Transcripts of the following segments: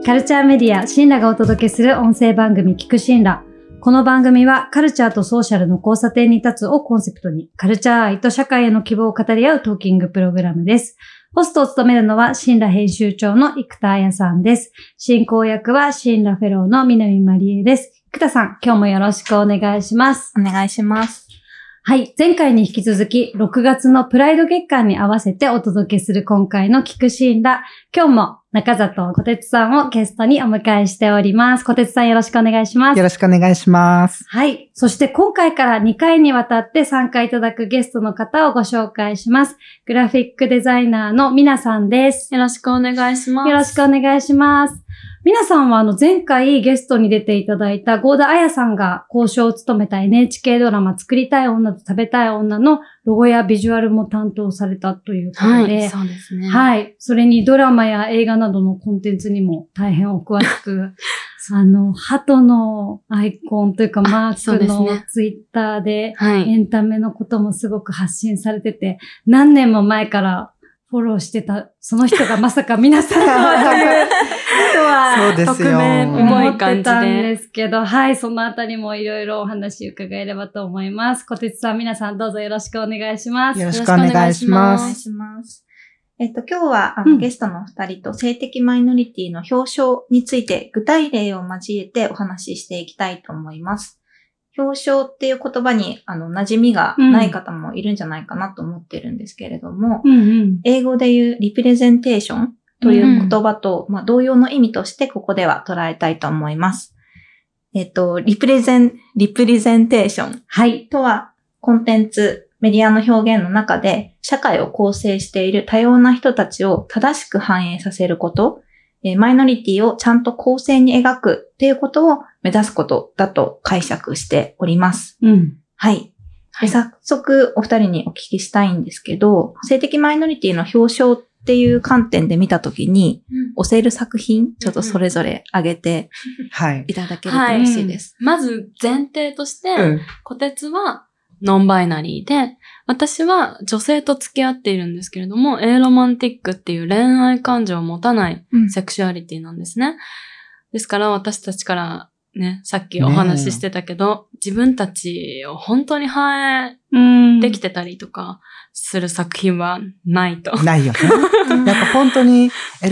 カルチャーメディアシンラがお届けする音声番組聞くシンラ。この番組はカルチャーとソーシャルの交差点に立つをコンセプトにカルチャー愛と社会への希望を語り合うトーキングプログラムです。ホストを務めるのはシンラ編集長の生田彩さんです。進行役はシンラフェローの南まりえです。生田さん、今日もよろしくお願いします。 お願いします。 はい。前回に引き続き、6月のプライド月間に合わせてお届けする今回の聞くシーンだ。今日も中里小鉄さんをゲストにお迎えしております。小鉄さんよろしくお願いします。 よろしくお願いします。 はい。そして今回から2回にわたって参加いただくゲストの方をご紹介します。グラフィックデザイナーのみなさんです。 よろしくお願いします。 よろしくお願いします。みなさんは前回ゲストに出ていただいた郷田彩さんが講師を務めた NHK ドラマ作りたい女と食べたい女のロゴやビジュアルも担当されたということで、 はい、そうですね。 はい。それにドラマや映画などのコンテンツにも大変お詳しく、鳩のアイコンというかマークのツイッターでエンタメのこともすごく発信されてて、何年も前からフォローしてた、その人がまさか皆さんという人は、 匿名思ってたんですけど、はい、そのあたりもいろいろお話伺えればと思います。小鉄さん、皆さんどうぞよろしくお願いします。 よろしくお願いします。 今日はゲストの2人と性的マイノリティの表彰について具体例を交えてお話ししていきたいと思います。表彰っていう言葉に馴染みがない方もいるんじゃないかなと思ってるんですけれども、英語で言うリプレゼンテーションという言葉と、同様の意味としてここでは捉えたいと思います。リプレゼンテーションとはコンテンツ、メディアの表現の中で社会を構成している多様な人たちを正しく反映させること、マイノリティをちゃんと公正に描くっていうことを目指すことだと解釈しております。はい。で、早速お二人にお聞きしたいんですけど、性的マイノリティの表彰っていう観点で見たときに、推せる作品、ちょっとそれぞれ挙げていただけると嬉しいです。 まず前提として、小鉄はノンバイナリーで、私は女性と付き合っているんですけれども、エーロマンティックっていう恋愛感情を持たないセクシュアリティなんですね。ですから私たちからね、さっきお話ししてたけど、自分たちを本当に反映できてたりとかする作品はないと。 ないよね。やっぱ本当に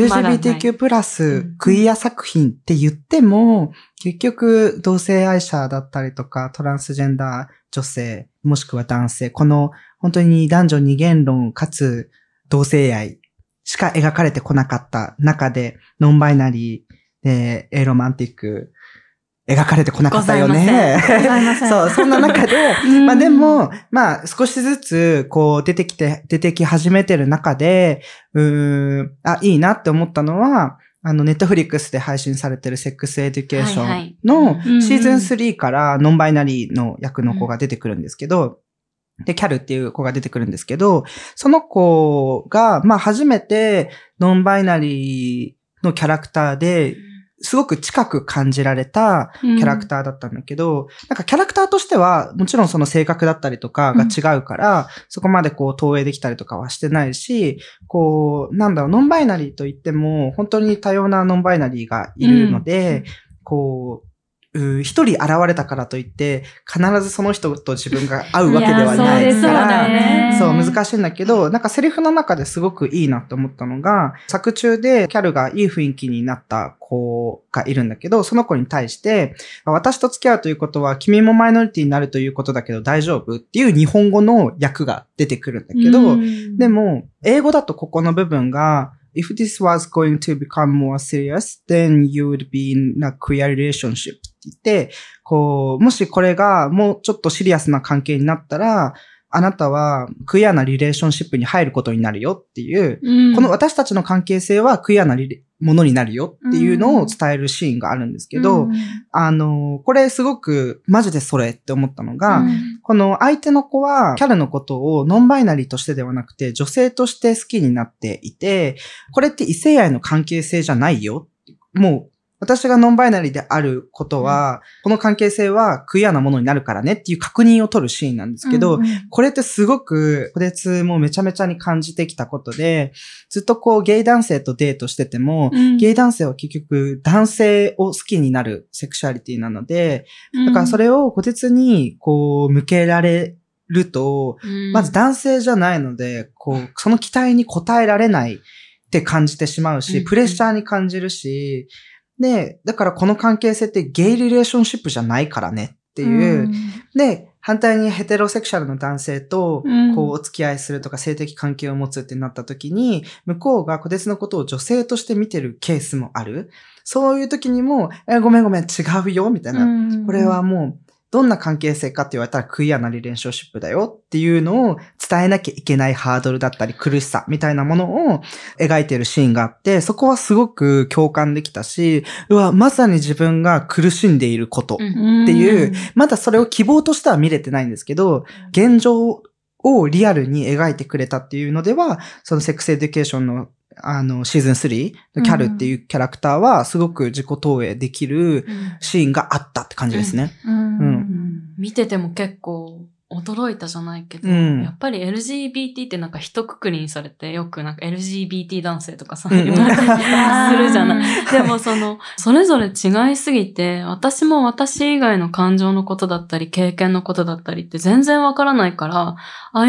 LGBTQ+クイア作品って言っても、結局同性愛者だったりとかトランスジェンダー女性もしくは男性、この本当に男女二元論かつ同性愛しか描かれてこなかった中で、ノンバイナリーでエロマンティック描かれてこなかったよね。そう、そんな中で、でも、少しずつ、出てき始めてる中で、いいなって思ったのは、ネットフリックスで配信されてるセックスエデュケーションのシーズン3からノンバイナリーの役の子が出てくるんですけど、で、キャルっていう子が出てくるんですけど、その子が、初めてノンバイナリーのキャラクターで、すごく近く感じられたキャラクターだったんだけど、なんかキャラクターとしては、もちろんその性格だったりとかが違うから、そこまで投影できたりとかはしてないし、ノンバイナリーといっても、本当に多様なノンバイナリーがいるので、一人現れたからといって、必ずその人と自分が会うわけではないから、そう、難しいんだけど、なんかセリフの中ですごくいいなと思ったのが、作中でキャルがいい雰囲気になった子がいるんだけど、その子に対して、私と付き合うということは、君もマイノリティになるということだけど大丈夫っていう日本語の訳が出てくるんだけど、でも、英語だとここの部分が、If this was going to become more serious, then you would be in a queer relationship って言って、もしこれがもうちょっとシリアスな関係になったら、あなたはクイアなリレーションシップに入ることになるよっていう、この私たちの関係性はクイアなものになるよっていうのを伝えるシーンがあるんですけど、これすごくマジでそれって思ったのが、この相手の子はキャルのことをノンバイナリーとしてではなくて女性として好きになっていて、これって異性愛の関係性じゃないよ。もう私がノンバイナリーであることは、この関係性はクイアなものになるからねっていう確認を取るシーンなんですけど、これってすごく、こてつもめちゃめちゃに感じてきたことで、ずっとこうゲイ男性とデートしてても、ゲイ男性は結局男性を好きになるセクシュアリティなので、だからそれをこてつにこう向けられると、まず男性じゃないので、こう、その期待に応えられないって感じてしまうし、プレッシャーに感じるし、で、だからこの関係性ってゲイリレーションシップじゃないからねっていう。で、反対にヘテロセクシャルの男性と、こう、お付き合いするとか性的関係を持つってなった時に、向こうがこてつのことを女性として見てるケースもある。そういう時にも、ごめん違うよ、みたいな。これはもう、どんな関係性かって言われたらクイアなリレーションシップだよっていうのを伝えなきゃいけないハードルだったり苦しさみたいなものを描いているシーンがあって、そこはすごく共感できたし、まさに自分が苦しんでいることっていう、まだそれを希望としては見れてないんですけど、現状をリアルに描いてくれたっていうのでは、そのセックスエデュケーションのシーズン3のキャルっていうキャラクターはすごく自己投影できるシーンがあったって感じですね。 見てても結構驚いたじゃないけど、やっぱり LGBT ってなんか一括りにされて、よくなんか LGBT 男性とかさ、言われたりするじゃない。でもそれぞれ違いすぎて、私も私以外の感情のことだったり、経験のことだったりって全然わからないから、ああいう、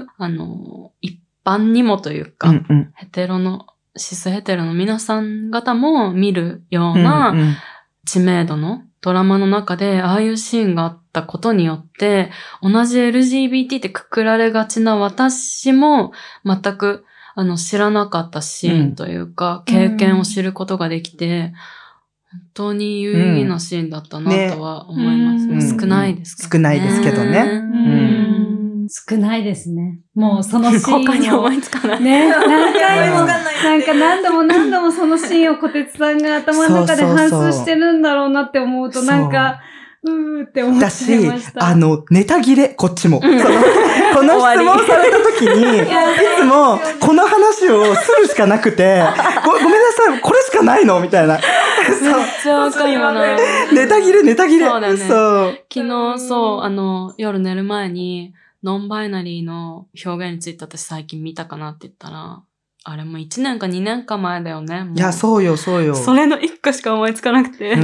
一般にもというか、シスヘテロの皆さん方も見るような知名度のドラマの中で、ああいうシーンがあったことによって、同じ LGBT ってくくられがちな私も全く知らなかったシーンというか、経験を知ることができて、本当に有意義なシーンだったなとは思います。少ないですけどね。 少ないですけどね。 少ないですね。もうそのシーンを。 他に思いつかない。 ね、何回も、なんか何度もそのシーンを小鉄さんが頭の中で反芻してるんだろうなって思うと、なんか、って思っちゃいました。 だし、ネタ切れ、こっちも。この質問された時に、いつも、この話をするしかなくて、ごめんなさい、これしかないのみたいな。 めっちゃわかるよな。 ネタ切れ。 そうだね。 そう。 昨日、夜寝る前に、ノンバイナリーの表現について私最近見たかなって言ったら、あれも1年か2年か前だよね。 いや、そうよ。それの1個しか思いつかなくて。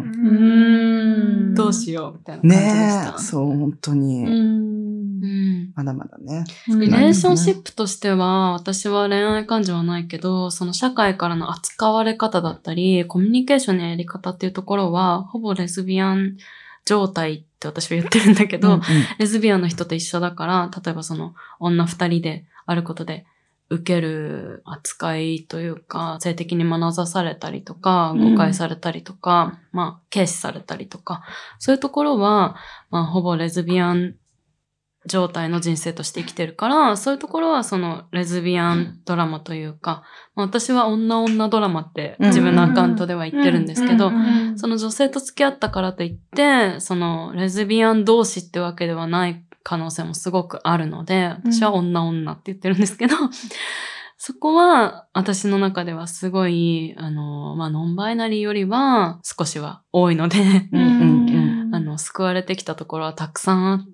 どうしよう、みたいな感じでした。 ねえ、そう、本当に。まだまだね。 リレーションシップとしては、私は恋愛感情はないけど、その社会からの扱われ方だったり、コミュニケーションのやり方っていうところは、ほぼレズビアン状態って私は言ってるんだけど、レズビアンの人と一緒だから、例えばその女2人であることで受ける扱いというか、性的に眼差されたりとか、誤解されたりとか、軽視されたりとか、そういうところは、ほぼレズビアン状態の人生として生きてるから、そういうところはそのレズビアンドラマというか、私は女ドラマって自分のアカウントでは言ってるんですけど、その女性と付き合ったからといって、そのレズビアン同士ってわけではない可能性もすごくあるので、私は女って言ってるんですけど、そこは私の中ではすごい、ノンバイナリーよりは少しは多いので、救われてきたところはたくさんあって、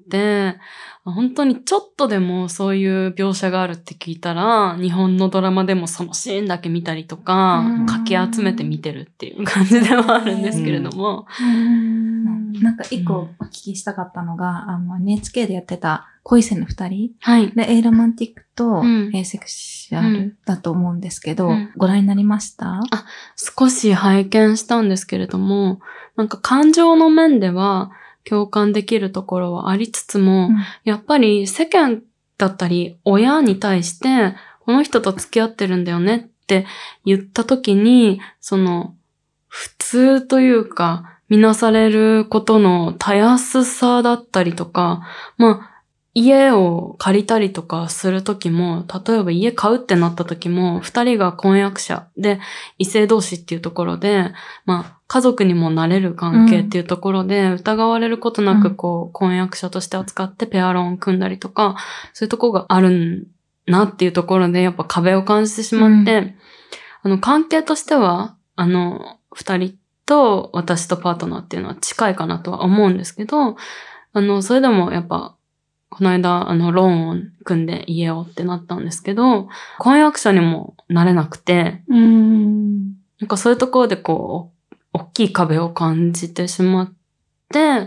本当にちょっとでもそういう描写があるって聞いたら、日本のドラマでもそのシーンだけ見たりとか、かき集めて見てるっていう感じではあるんですけれども。 なんか一個お聞きしたかったのが、NHK でやってた恋せぬ二人。 はい。 で、エロマンティックと、セクシャルだと思うんですけど、ご覧になりました？ 少し拝見したんですけれども、なんか感情の面では共感できるところはありつつも、やっぱり世間だったり親に対して、この人と付き合ってるんだよねって言った時に、その普通というか、見なされることのたやすさだったりとか、家を借りたりとかするときも、例えば家買うってなったときも、二人が婚約者で異性同士っていうところで、家族にもなれる関係っていうところで、疑われることなく婚約者として扱ってペアローン組んだりとか、そういうところがあるんなっていうところで、やっぱ壁を感じてしまって、関係としては、二人っと私とパートナーっていうのは近いかなとは思うんですけど、それでもやっぱ、この間、ローンを組んで家をってなったんですけど、婚約者にもなれなくて、なんかそういうところでこう、大きい壁を感じてしまって、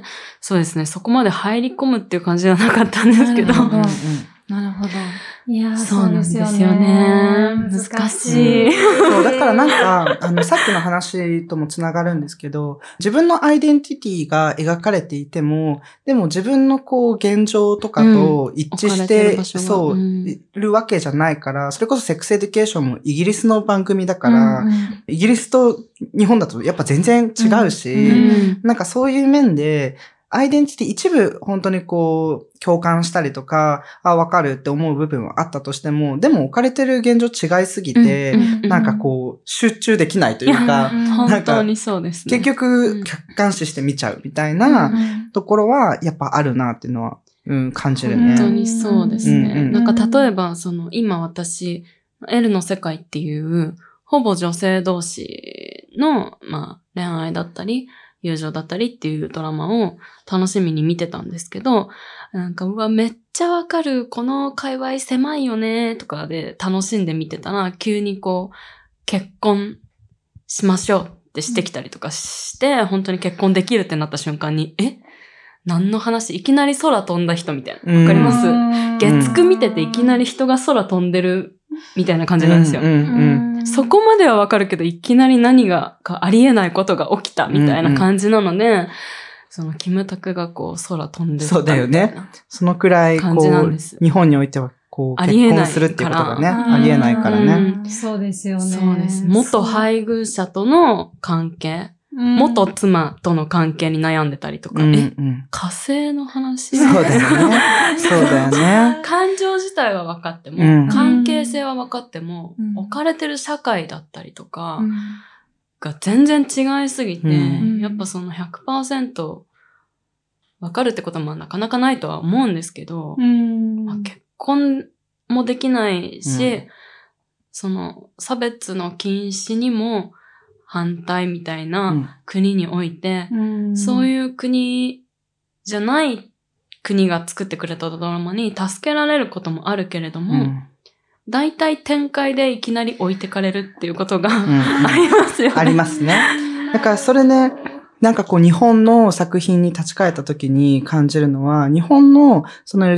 そうですね、そこまで入り込むっていう感じじゃなかったんですけど。 なるほど。 なるほど。 いやー、 そうなんですよね。難しい。 そう、だからなんか、さっきの話ともつながるんですけど、自分のアイデンティティが描かれていても、でも自分のこう、現状とかと一致して、そう、いるわけじゃないから、それこそセックスエデュケーションもイギリスの番組だから、イギリスと日本だとやっぱ全然違うし、なんかそういう面で、アイデンティティ一部本当にこう共感したりとか、わかるって思う部分はあったとしても、でも置かれてる現状違いすぎて、なんかこう集中できないというか、 本当にそうですね。 結局客観視して見ちゃうみたいなところはやっぱあるなっていうのは、感じるね。 本当にそうですね。なんか例えば今私、L の世界っていう、ほぼ女性同士の、恋愛だったり、友情だったりっていうドラマを楽しみに見てたんですけど、なんか、めっちゃわかる、この界隈狭いよね、とかで楽しんで見てたら、急にこう、結婚しましょうってしてきたりとかして、本当に結婚できるってなった瞬間に、何の話？いきなり空飛んだ人みたいな。わかります？月9見てていきなり人が空飛んでるみたいな感じなんですよ。そこまではわかるけど、いきなり何がありえないことが起きたみたいな感じなので、キムタクがこう空飛んでたみたいな。 そうだよね。そのくらいこう、日本においてはこう、結婚するっていうことがね、ありえないからね。 そうですよね。 そうです。元配偶者との関係。元妻との関係に悩んでたりとか、火星の話そうだよね。そうだよね。 感情自体は分かっても、関係性は分かっても、置かれてる社会だったりとか、が全然違いすぎて、やっぱ100% 分かるってこともなかなかないとは思うんですけど、結婚もできないし、差別の禁止にも、反対みたいな国において、そういう国じゃない国が作ってくれたドラマに助けられることもあるけれども、大体展開でいきなり置いてかれるっていうことが、ありますよね。 ありますね。だからそれね、なんかこう日本の作品に立ち返った時に感じるのは、日本のその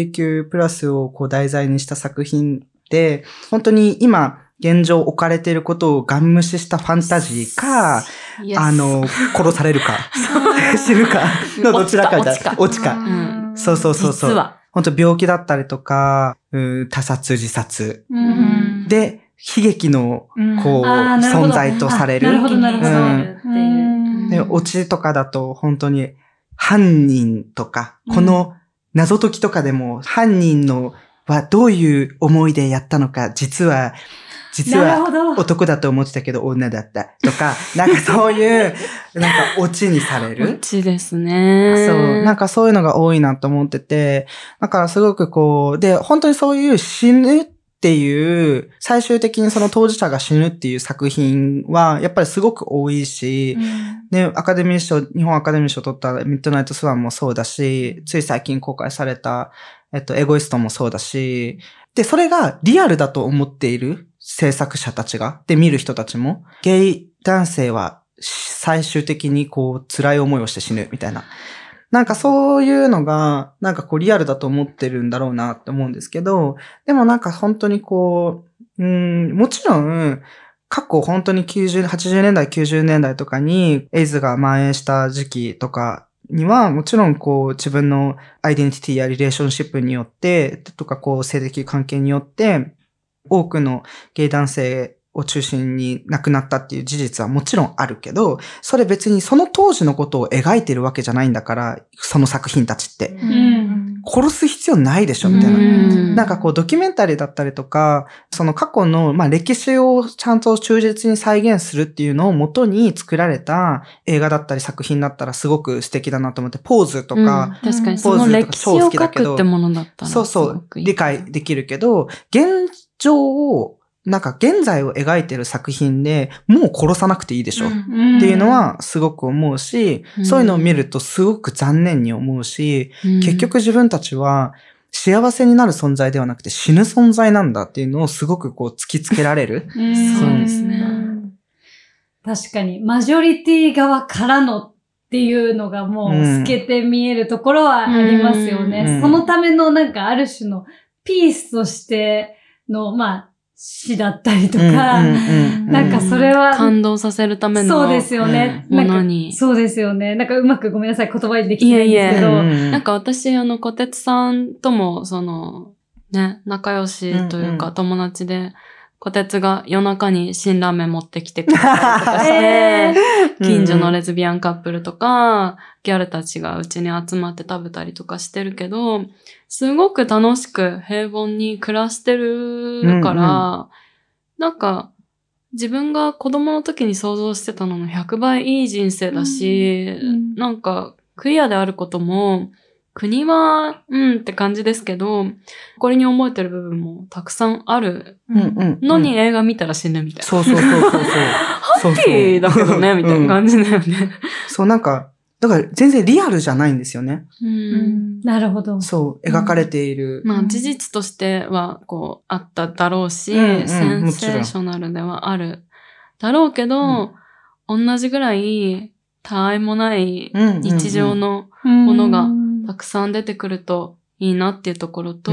LGBTQ+ をこう題材にした作品で、本当に今、現状置かれていることをガン無視したファンタジーか、殺されるか、死ぬか、のどちらかじゃ、落ちか。そう。 実は。 本当病気だったりとか、他殺、自殺。で、悲劇の、こう、存在とされる。 なるほど。 で、落ちとかだと、本当に、犯人とか、この謎解きとかでも、犯人はどういう思いでやったのか、実は男だと思ってたけど女だったとか、なんかそういう、なんかオチにされる。 オチですね。 そう。なんかそういうのが多いなと思ってて、だからすごくこう、で、本当にそういう死ぬっていう、最終的にその当事者が死ぬっていう作品は、やっぱりすごく多いし、で、日本アカデミー賞取ったミッドナイトスワンもそうだし、つい最近公開された、エゴイストもそうだし、で、それがリアルだと思っている制作者たちが、で、見る人たちも、ゲイ男性は最終的にこう、辛い思いをして死ぬみたいな。なんかそういうのが、なんかこうリアルだと思ってるんだろうなって思うんですけど、でもなんか本当にこう、もちろん、過去本当に80年代、90年代とかにエイズが蔓延した時期とかには、もちろんこう自分のアイデンティティやリレーションシップによって、とかこう性的関係によって、多くのゲイ男性を中心に亡くなったっていう事実はもちろんあるけど、それ別にその当時のことを描いてるわけじゃないんだから、その作品たちって。殺す必要ないでしょみたいな。なんかこうドキュメンタリーだったりとか、その過去の歴史をちゃんと忠実に再現するっていうのを元に作られた映画だったり作品だったらすごく素敵だなと思って、ポーズとか、 確かにその歴史を書くってものだったらそう、理解できるけど、現状をなんか現在を描いてる作品でもう殺さなくていいでしょ、っていうのはすごく思うし、そういうのを見るとすごく残念に思うし、結局自分たちは幸せになる存在ではなくて死ぬ存在なんだっていうのをすごくこう突きつけられる。 そうですね。 確かに、マジョリティ側からのっていうのがもう透けて見えるところはありますよね。そのためのなんかある種のピースとしての、死だったりとか、なんかそれは感動させるためのそうですよね。 ものに。 そうですよね。なんかうまくごめんなさい、言葉にできてないんですけど。 なんか私、小鉄さんとも、仲良しというか友達で、小鉄が夜中に辛ラーメン持ってきてくれたりとかして、近所のレズビアンカップルとか、ギャルたちがうちに集まって食べたりとかしてるけど、すごく楽しく平凡に暮らしてるから、なんか、自分が子供の時に想像してたのの100倍いい人生だし、なんか、クイアであることも、国は、って感じですけど、これに思えてる部分もたくさんあるのに映画見たら死ぬみたいな。 そう。 ハッピーだけどね、みたいな感じだよね。 そう、なんか、だから全然リアルじゃないんですよね。 なるほど。 そう、描かれている。 事実としては、あっただろうし、センセーショナルではあるだろうけど、同じぐらい、他愛もない日常のものがたくさん出てくるといいなっていうところと、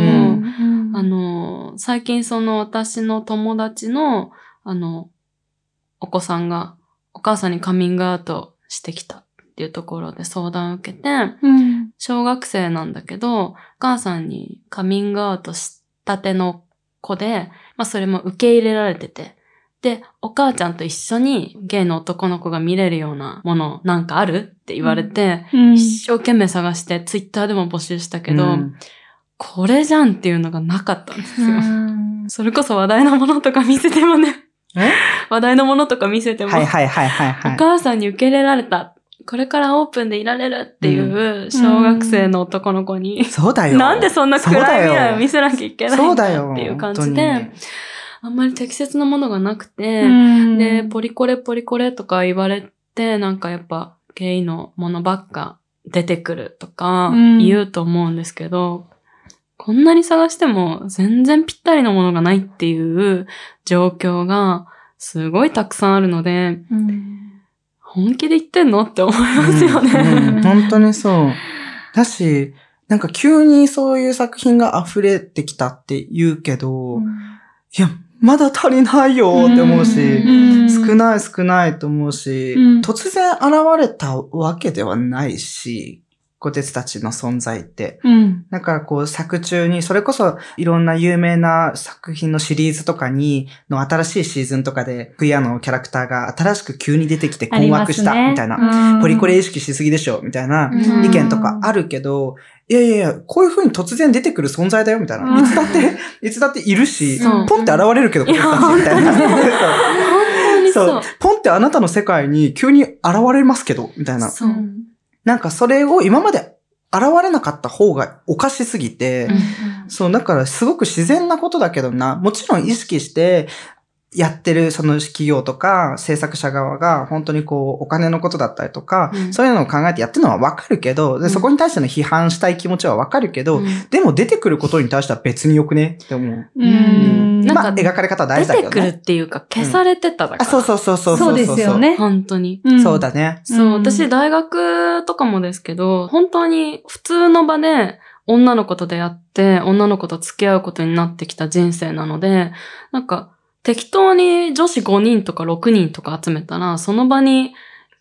最近私の友達の、お子さんがお母さんにカミングアウトしてきたっていうところで相談を受けて、小学生なんだけど、お母さんにカミングアウトしたての子で、それも受け入れられてて、で、お母ちゃんと一緒にゲイの男の子が見れるようなものなんかあるって言われて、一生懸命探してツイッターでも募集したけど、これじゃんっていうのがなかったんですよ。それこそ話題のものとか見せてもね。話題のものとか見せても。お母さんに受け入れられた。これからオープンでいられるっていう小学生の男の子に。 そうだよ。 なんでそんな暗い未来を見せなきゃいけないんだっていう感じで。あんまり適切なものがなくて、で、ポリコレとか言われて、なんかやっぱゲイのものばっか出てくるとか言うと思うんですけど、こんなに探しても全然ぴったりのものがないっていう状況がすごいたくさんあるので、本気で言ってんのって思いますよね。 本当にそう。だし、なんか急にそういう作品が溢れてきたって言うけど、いや、まだ足りないよって思うし、少ないと思うし、突然現れたわけではないし、小鉄たちの存在って。だから作中に、それこそいろんな有名な作品のシリーズとかの新しいシーズンとかで、クイアのキャラクターが新しく急に出てきて困惑した、みたいな、ポリコレ意識しすぎでしょ、みたいな意見とかあるけど、いや、こういう風に突然出てくる存在だよ、みたいな。いつだっているし、ポンって現れるけど、この人たち、みたいな。そう。ポンってあなたの世界に急に現れますけど、みたいな。なんかそれを今まで現れなかった方がおかしすぎて、そう、だからすごく自然なことだけどな、もちろん意識して、やってるその企業とか制作者側が本当にお金のことだったりとか、そういうのを考えてやってるのはわかるけど、でそこに対しての批判したい気持ちはわかるけど、でも出てくることに対しては別によくねって思う。描かれ方は大事だけどね。 出てくるっていうか消されてただから。 そう。 そうですよね。 本当に。 そうだね。 そう、私大学とかもですけど、本当に普通の場で女の子と出会って女の子と付き合うことになってきた人生なので、なんか、適当に女子5人とか6人とか集めたら、その場に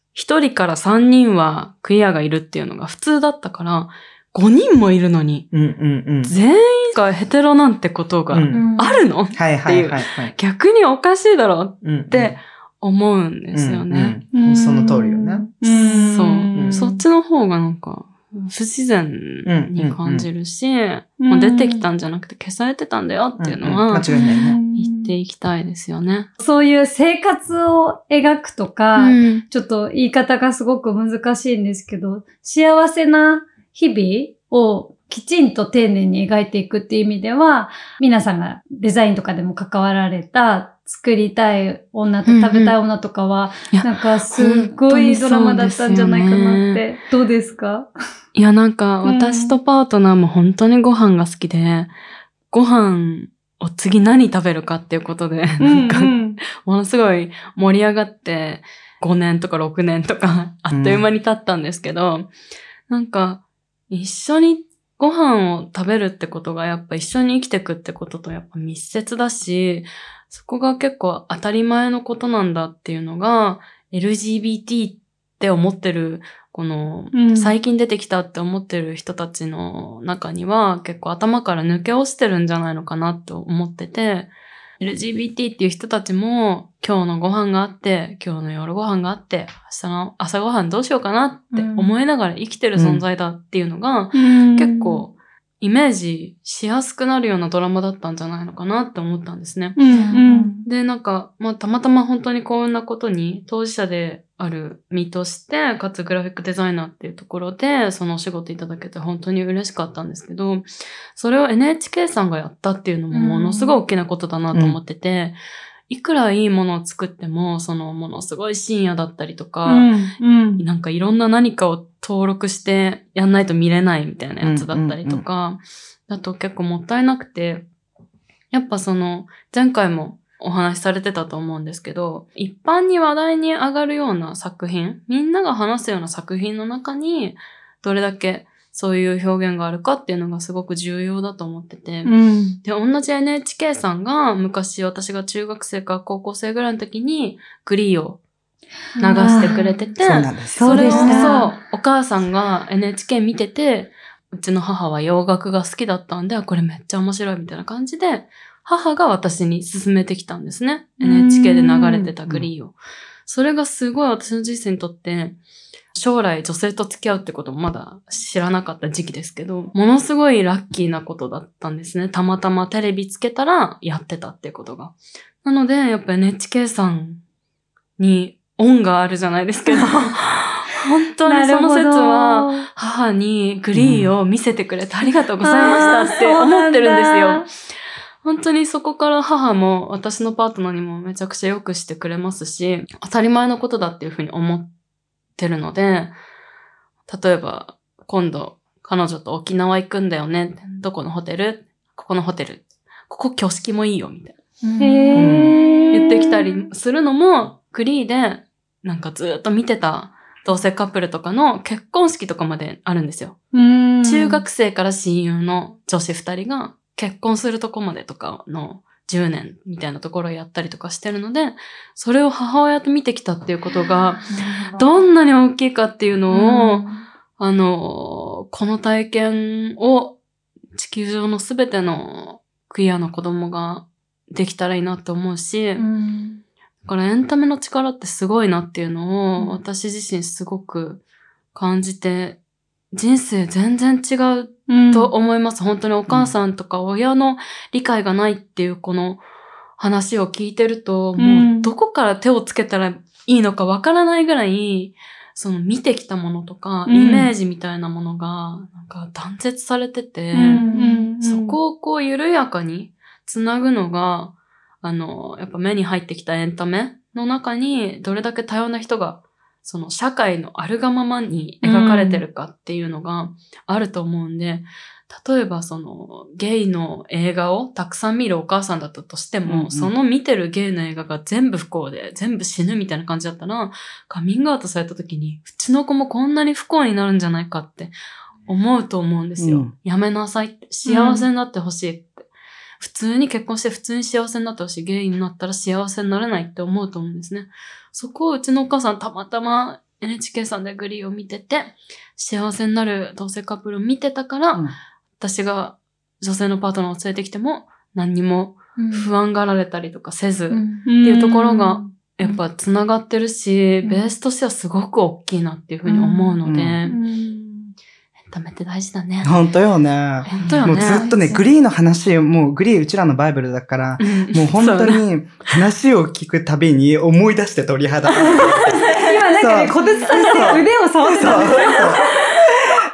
1人から3人はクイアがいるっていうのが普通だったから、5人もいるのに、全員がヘテロなんてことがあるの、っていう、逆におかしいだろって思うんですよね。 その通りよね。 そう。そっちの方がなんか、不自然に感じるし、もう出てきたんじゃなくて消されてたんだよっていうのは、言っていきたいですよね。 そういう生活を描くとか、ちょっと言い方がすごく難しいんですけど、幸せな日々をきちんと丁寧に描いていくっていう意味では、皆さんがデザインとかでも関わられた、作りたい女と食べたい女とかは、なんかすごいドラマだったんじゃないかなって。どうですか？ いや、なんか私とパートナーも本当にご飯が好きで、ご飯を次何食べるかっていうことで、なんか、ものすごい盛り上がって、5年とか6年とか、あっという間に経ったんですけど、なんか、一緒にご飯を食べるってことがやっぱ一緒に生きていくってこととやっぱ密接だし、そこが結構当たり前のことなんだっていうのが、LGBT って思ってる、この、最近出てきたって思ってる人たちの中には結構頭から抜け落ちてるんじゃないのかなと思ってて、LGBT っていう人たちも今日のご飯があって、今日の夜ご飯があって、明日の朝ご飯どうしようかなって思いながら生きてる存在だっていうのが、結構イメージしやすくなるようなドラマだったんじゃないのかなって思ったんですね。で、なんか、たまたま本当にこんなことに当事者である身として、かつグラフィックデザイナーっていうところで、そのお仕事いただけて本当に嬉しかったんですけど、それを NHK さんがやったっていうのもものすごい大きなことだなと思ってて、いくらいいものを作っても、そのものすごい深夜だったりとか、なんかいろんな何かを登録してやんないと見れないみたいなやつだったりとか、だと結構もったいなくて、やっぱその前回もお話しされてたと思うんですけど、一般に話題に上がるような作品、みんなが話すような作品の中にどれだけそういう表現があるかっていうのがすごく重要だと思ってて。で、同じ NHK さんが昔私が中学生か高校生ぐらいの時にグリーを流してくれてて、 そうなんです。 それをそう、お母さんが NHK 見てて、うちの母は洋楽が好きだったんで、これめっちゃ面白いみたいな感じで、母が私に勧めてきたんですね。NHK で流れてたグリーを。それがすごい私の人生にとって、将来女性と付き合うってこともまだ知らなかった時期ですけど、ものすごいラッキーなことだったんですね。たまたまテレビつけたらやってたっていうことが。なので、やっぱ NHK さんに恩があるじゃないですけど、本当にその説は母にグリーを見せてくれてありがとうございましたって思ってるんですよ。本当にそこから母も私のパートナーにもめちゃくちゃ良くしてくれますし、当たり前のことだっていうふうに思ってるので、例えば今度彼女と沖縄行くんだよね。どこのホテル？ここのホテル。ここ挙式もいいよみたいな。言ってきたりするのもグリーでなんかずっと見てた同性カップルとかの結婚式とかまであるんですよ。中学生から親友の女子2人が結婚するとこまでとかの10年みたいなところをやったりとかしてるので、それを母親と見てきたっていうことが、どんなに大きいかっていうのを、この体験を地球上のすべてのクイアの子供ができたらいいなって思うし、だからエンタメの力ってすごいなっていうのを私自身すごく感じて、人生全然違うと思います。本当にお母さんとか親の理解がないっていうこの話を聞いてると、もうどこから手をつけたらいいのかわからないぐらい、その見てきたものとか、イメージみたいなものがなんか断絶されてて、そこをこう緩やかにつなぐのが、やっぱ目に入ってきたエンタメの中にどれだけ多様な人がその社会のあるがままに描かれてるかっていうのがあると思うんで、例えばそのゲイの映画をたくさん見るお母さんだったとしても、その見てるゲイの映画が全部不幸で全部死ぬみたいな感じだったら、カミングアウトされた時にうちの子もこんなに不幸になるんじゃないかって思うと思うんですよ。やめなさいって、幸せになってほしいって。普通に結婚して普通に幸せになってほしい。ゲイになったら幸せになれないって思うと思うんですね。そこをうちのお母さんたまたま NHK さんでグリーを見てて、幸せになる同性カップルを見てたから、私が女性のパートナーを連れてきても何にも不安がられたりとかせずっていうところがやっぱ繋がってるし、ベースとしてはすごく大きいなっていうふうに思うので、エンタメって大事だね。 本当よね。 本当よね。 もうずっとね、グリーの話、もうグリーうちらのバイブルだから、もう本当に話を聞くたびに思い出して鳥肌が。 今なんかね、小鉄さんって腕を触ってたんですよ。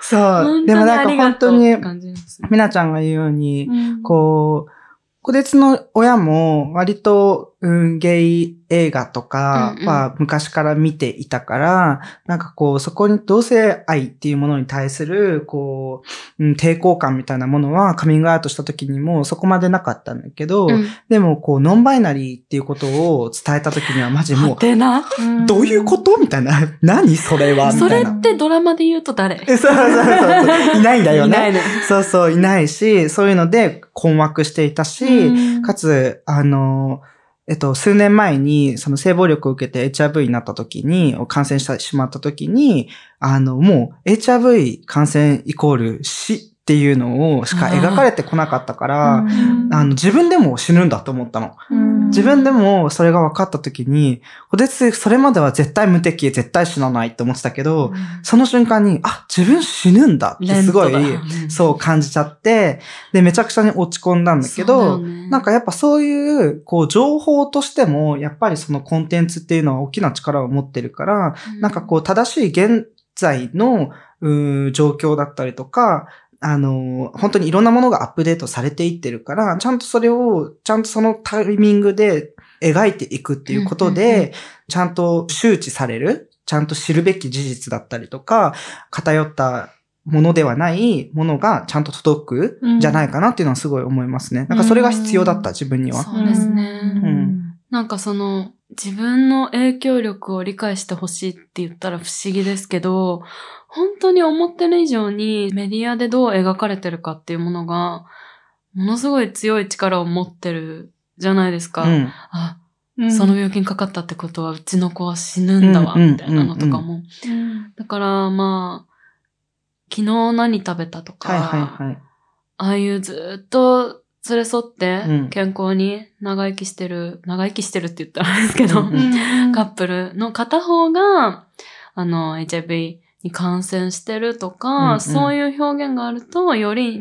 そう。でもなんか本当に、みなちゃんが言うように、こてつの親も割と、ゲイ映画とかは昔から見ていたから、なんかそこに同性愛っていうものに対する、抵抗感みたいなものはカミングアウトした時にもそこまでなかったんだけど、でもノンバイナリーっていうことを伝えた時にはマジもう、どういうことみたいな。何それはみたいな。 それってドラマで言うと誰？ そう。いないんだよね。いないね。そう、いないし、そういうので困惑していたし、かつ、数年前に、性暴力を受けて HIV になった時に、感染してしまった時に、もう HIV 感染イコール死っていうのをしか描かれてこなかったから、自分でも死ぬんだと思ったの。自分でもそれが分かった時に、それまでは絶対無敵、絶対死なないって思ってたけど、その瞬間に、自分死ぬんだってすごい、そう感じちゃって、で、めちゃくちゃに落ち込んだんだけど、なんかやっぱそういう、情報としても、やっぱりそのコンテンツっていうのは大きな力を持ってるから、なんか正しい現在の、状況だったりとか、本当にいろんなものがアップデートされていってるから、ちゃんとそれを、ちゃんとそのタイミングで描いていくっていうことで、ちゃんと周知される、ちゃんと知るべき事実だったりとか、偏ったものではないものがちゃんと届くんじゃないかなっていうのはすごい思いますね。なんかそれが必要だった、自分には。 そうですね。なんか自分の影響力を理解してほしいって言ったら不思議ですけど、本当に思ってる以上にメディアでどう描かれてるかっていうものが、ものすごい強い力を持ってるじゃないですか。その病気にかかったってことはうちの子は死ぬんだわ、みたいなのとかも。だから昨日何食べたとか、ああいうずっと連れ添って健康に長生きしてるって言ったらあれですけど、カップルの片方が、HIV に感染してるとか、そういう表現があると、より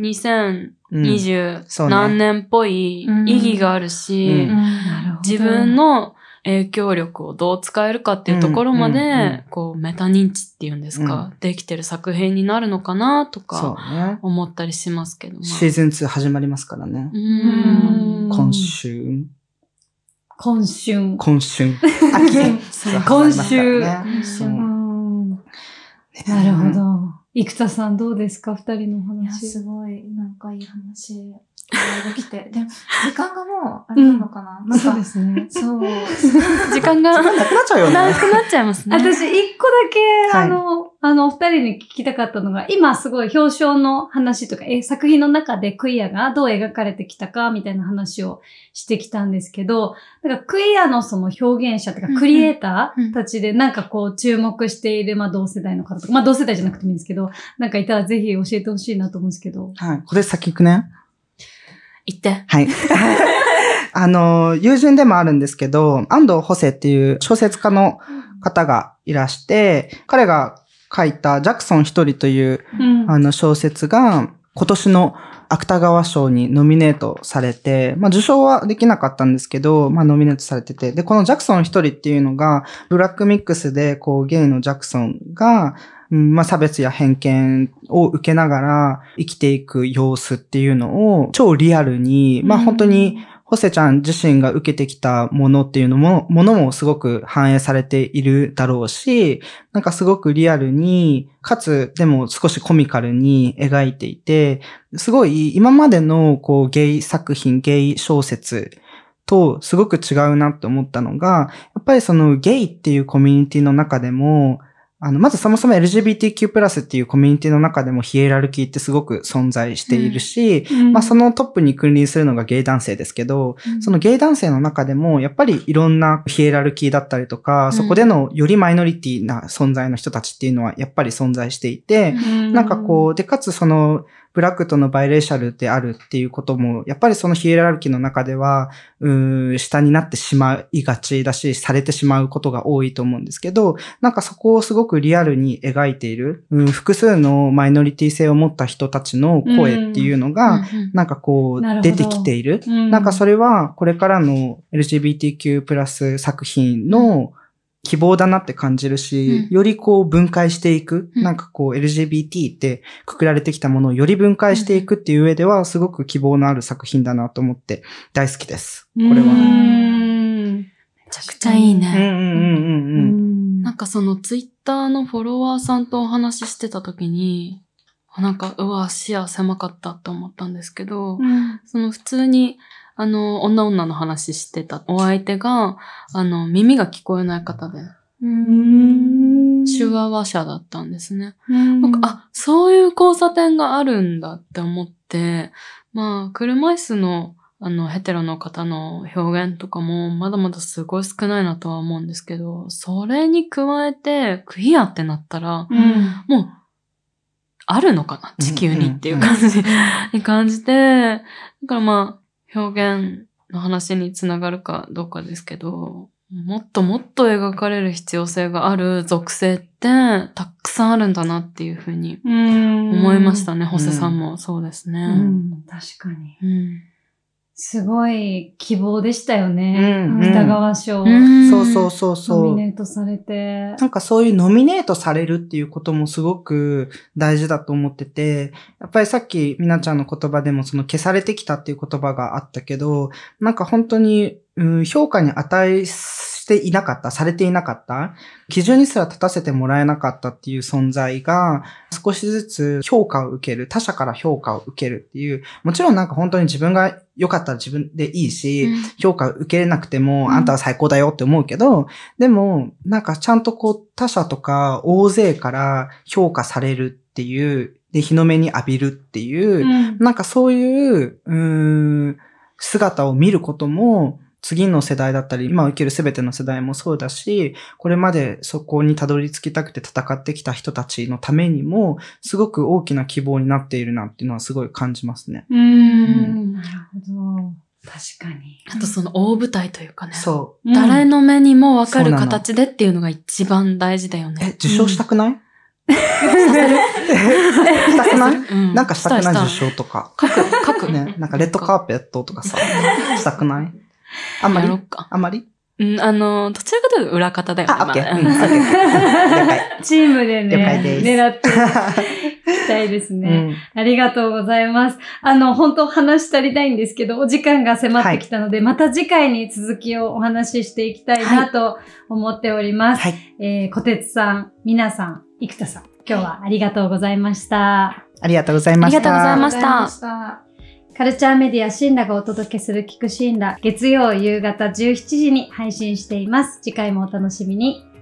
2020何年っぽい意義があるし、自分の影響力をどう使えるかっていうところまで、メタ認知っていうんですか、できてる作品になるのかなとか、思ったりしますけども。 シーズン2始まりますからね。今週。 なるほど。生田さんどうですか？二人の話。 すごい、なんかいい話が起きて。でも、時間がもう、あれなのかな、なんかそうですね。 そう。 時間がなくなっちゃうよね。 なくなっちゃいますね。 私、一個だけ、お二人に聞きたかったのが、今すごい表彰の話とか、作品の中でクイアがどう描かれてきたか、みたいな話をしてきたんですけど、だからクイアのその表現者とか、クリエイターたちでなんか注目している、同世代の方とか、同世代じゃなくてもいいんですけど、なんかいたらぜひ教えてほしいなと思うんですけど。 はい。これ先行くね。 言って。 はい。友人でもあるんですけど、安藤ホセっていう小説家の方がいらして、彼が書いたジャクソン一人という、小説が今年の芥川賞にノミネートされて、受賞はできなかったんですけど、ノミネートされてて、で、このジャクソン一人っていうのが、ブラックミックスで、ゲイのジャクソンが、差別や偏見を受けながら生きていく様子っていうのを超リアルに、本当にホセちゃん自身が受けてきたものっていうのもすごく反映されているだろうし、なんかすごくリアルに、かつでも少しコミカルに描いていて、すごい今までのゲイ作品、ゲイ小説とすごく違うなって思ったのが、やっぱりそのゲイっていうコミュニティの中でも、まずそもそも LGBTQ+ っていうコミュニティの中でもヒエラルキーってすごく存在しているし、そのトップに君臨するのがゲイ男性ですけど、そのゲイ男性の中でもやっぱりいろんなヒエラルキーだったりとか、そこでのよりマイノリティな存在の人たちっていうのはやっぱり存在していて、なんかで、かつその、ブラックとのバイレーシャルであるっていうことも、やっぱりそのヒエラルキーの中では、下になってしまいがちだし、されてしまうことが多いと思うんですけど、なんかそこをすごくリアルに描いている、複数のマイノリティ性を持った人たちの声っていうのが、なんか出てきている。なんかそれは、これからの LGBTQ+ 作品の、 希望だなって感じるし、よりこう分解していく、なんかこう LGBT ってくくられてきたものをより分解していくっていう上ではすごく希望のある作品だなと思って大好きです。これは。 めちゃくちゃいいね。 なんかそのツイッターのフォロワーさんとお話ししてた時に、なんか、うわ、視野狭かったと思ったんですけど、その普通に、女の話してたお相手が、耳が聞こえない方で、手話話者だったんですね。そういう交差点があるんだって思って、まあ、車椅子の、ヘテロの方の表現とかも、まだまだすごい少ないなとは思うんですけど、それに加えて、クイアってなったら、もう、あるのかな地球にっていう感じに感じて、だからまあ、表現の話につながるかどうかですけど、もっともっと描かれる必要性がある属性ってたくさんあるんだなっていうふうに思いましたね。ホセさんもそうですね。 確かに。すごい希望でしたよね。芥川賞。 そう。 ノミネートされて。 なんかそういうノミネートされるっていうこともすごく大事だと思ってて、やっぱりさっきみなちゃんの言葉でもその消されてきたっていう言葉があったけど、なんか本当に、評価に値していなかった、されていなかった、基準にすら立たせてもらえなかったっていう存在が少しずつ評価を受ける、他者から評価を受けるっていう、もちろんなんか本当に自分が良かったら自分でいいし、評価を受けれなくても、あんたは最高だよって思うけど、でもなんかちゃんとこう他者とか大勢から評価されるっていう、で日の目に浴びるっていう、なんかそういう姿を見ることも次の世代だったり、今を生きるすべての世代もそうだし、これまでそこにたどり着きたくて戦ってきた人たちのためにも、すごく大きな希望になっているなっていうのはすごい感じますね。 なるほど。確かに。 あとその大舞台というかね。 そう。 誰の目にもわかる形でっていうのが一番大事だよね。 受賞したくない？したくないなんかしたくない受賞とか。 書く。 ね。なんかレッドカーペットとかさ、したくない？あんまり？あんまり？ どちらかというと裏方だよね。 オッケー。 チームでね、 了解です。 狙っていきたいですね。ありがとうございます。本当話足りないんですけど、お時間が迫ってきたので、また次回に続きをお話ししていきたいなと思っております。小鉄さん、みなさん、生田さん、今日はありがとうございました。 ありがとうございました。 ありがとうございました。 カルチャーメディアシンラがお届けする聞くシンラ、月曜夕方17時に配信しています。次回もお楽しみに。